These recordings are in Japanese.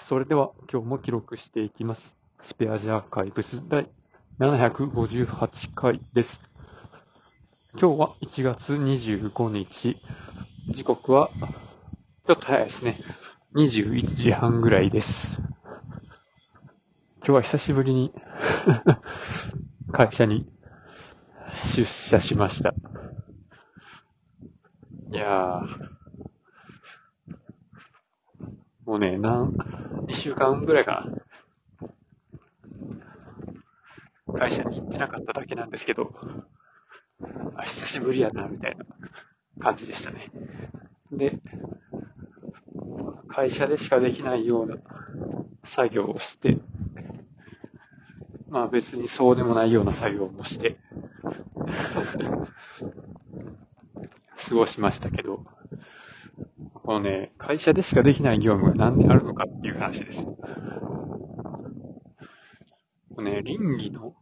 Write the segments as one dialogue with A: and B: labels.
A: それでは今日も記録していきます。スペアジアーカイブス第758回です。今日は1月25日。時刻はちょっと早いですね。21時半ぐらいです。今日は久しぶりに会社に出社しました。いやー、もうね、2週間ぐらいかな。会社に行ってなかっただけなんですけど、久しぶりやな、みたいな感じでしたね。で、会社でしかできないような作業をして、まあ別にそうでもないような作業もして、過ごしましたけど、このね、会社でしかできない業務が何であるのかっていう話ですよ。倫理の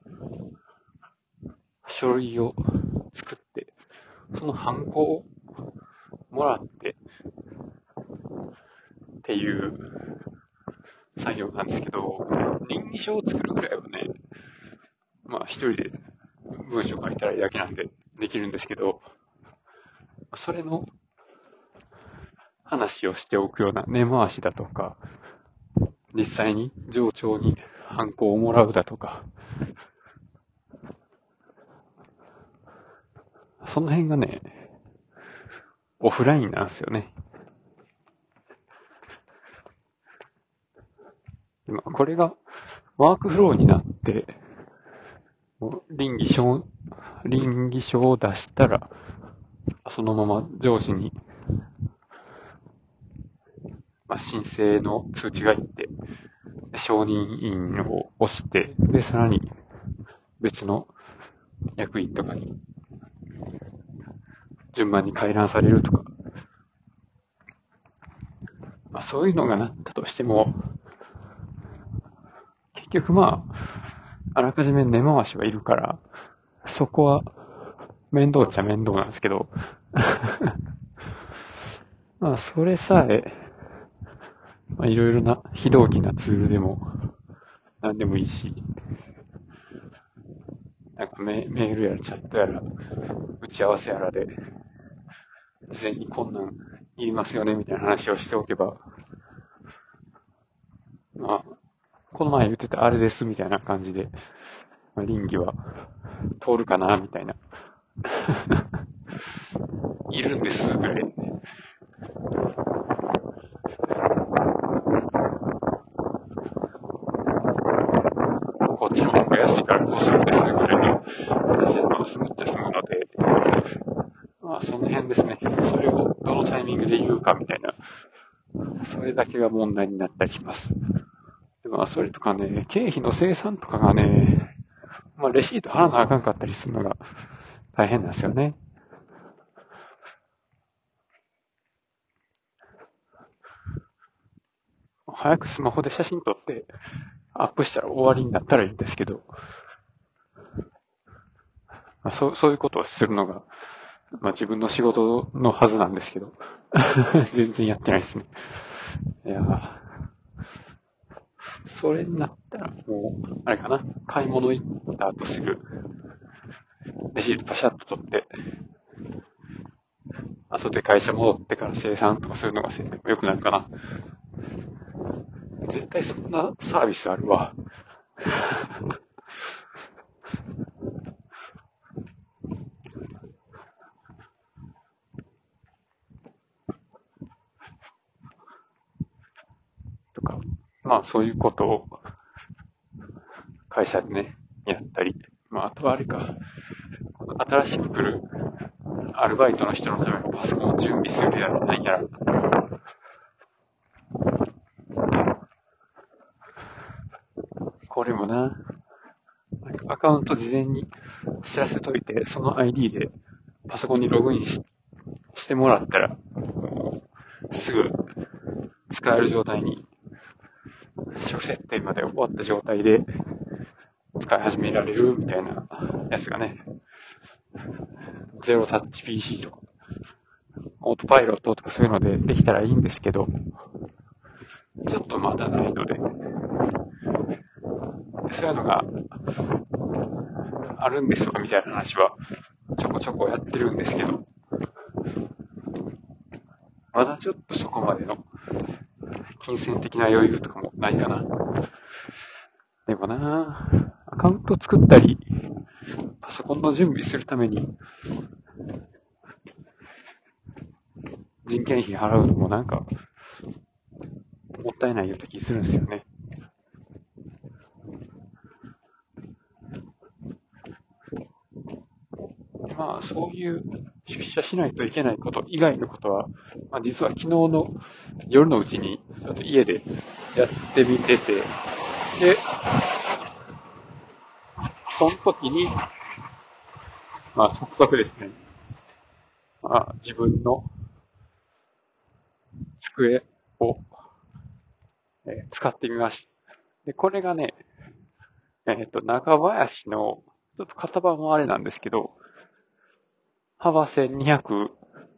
A: 書類を作って、そのハンコをもらってっていう作業なんですけど、倫理書を作るぐらいはね、まあ一人で文章書いたらいいだけなんでできるんですけど、それの話をしておくような根回しだとか、実際に上長にハンコをもらうだとか、その辺がね、オフラインなんですよね。今、これがワークフローになって、倫理書を出したら、そのまま上司に、申請の通知がいって、承認委員を押して、で、さらに別の役員とかに順番に回覧されるとか、そういうのがなったとしても、結局あらかじめ根回しはいるから、そこは面倒っちゃ面倒なんですけど、それさえ、いろいろな非同期なツールでも何でもいいし、なんかメールやらチャットやら、打ち合わせやらで、事前にこんなんいりますよねみたいな話をしておけば、この前言ってたあれですみたいな感じで、倫理は通るかなみたいな。いるんですぐらい。こっちの方が安いからこうするんですぐらいの話で済むっちゃ済むので、その辺ですね。それをどのタイミングで言うかみたいな、それだけが問題になったりします。でそれとかね、経費の生産とかがね、レシート貼らなあかんかったりするのが大変なんですよね。早くスマホで写真撮ってアップしたら終わりになったらいいんですけど、そういうことをするのが、自分の仕事のはずなんですけど、全然やってないですね。いやそれになったらもう、あれかな、買い物行った後すぐ、レシートパシャッと取って、後で会社戻ってから生産とかするのが良くなるかな。絶対そんなサービスあるわ。とか、そういうことを会社でね、やったり、あとはあれか、新しく来るアルバイトの人のためのパソコンを準備するやら何やら、これもなんかアカウント事前に知らせといて、その ID でパソコンにログインしてもらったら、もうすぐ使える状態に、初設定まで終わった状態で使い始められるみたいなやつがね、ゼロタッチ PC とか、オートパイロットとかそういうのでできたらいいんですけど、 ちょっとまだないので、そういうのがあるんですわ、みたいな話はちょこちょこやってるんですけど、まだちょっとそこまでの金銭的な余裕とかもないかな。でもなアカウント作ったり、パソコンの準備するために人件費払うのもなんかもったいないような気するんですよね。まあそういう出社しないといけないこと以外のことは、まあ、実は昨日の夜のうちにちょっと家でやってみてて、で、その時に、まあ早速ですね、まあ自分の机を、使ってみました。で、これがね、中林の、ちょっと型番もあれなんですけど、幅1200、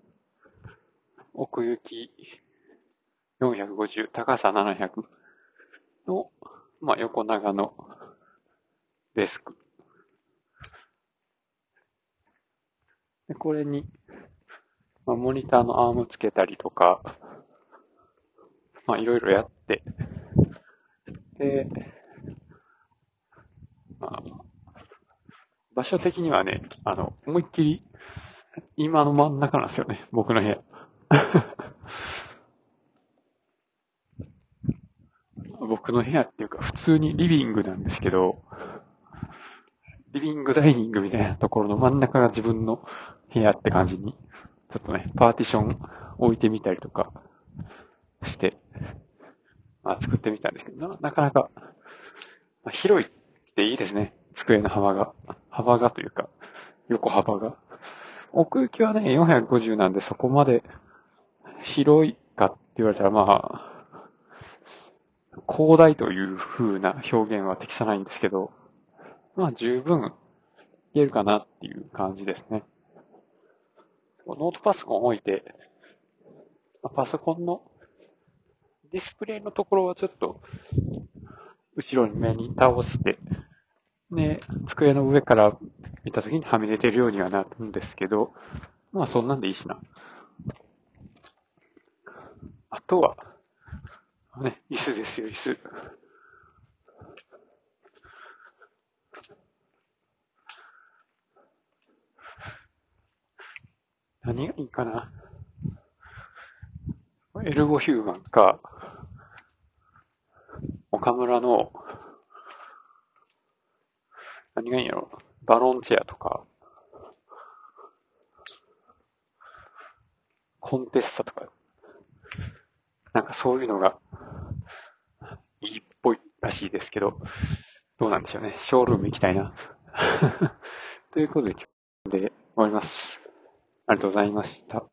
A: 奥行き450、高さ700の、まあ、横長のデスク。で、これに、まあ、モニターのアームつけたりとか、まあ、いろいろやって、で、まあ、場所的にはね、思いっきり、今の真ん中なんですよね、僕の部屋。僕の部屋っていうか、普通にリビングなんですけど、リビングダイニングみたいなところの真ん中が自分の部屋って感じに、ちょっとね、パーティション置いてみたりとかして、まあ、作ってみたんですけど、なかなか、まあ、広いっていいですね。机の幅が。幅がというか、横幅が。奥行きはね、450なんでそこまで広いかって言われたら、まあ、広大という風な表現は適さないんですけど、まあ十分いけるかなっていう感じですね。ノートパソコンを置いて、パソコンのディスプレイのところはちょっと後ろに目に倒して、で、机の上から見たときにはみ出てるようにはなるんですけど、まあそんなんでいいしな。あとは、ね、椅子ですよ、椅子。何がいいかな。エルゴヒューマンか、岡村の、何がいいんやろ。バロンチェアとか、コンテッサとか、なんかそういうのがいいっぽいらしいですけど、どうなんでしょうね。ショールーム行きたいな。ということで、今日で終わります。ありがとうございました。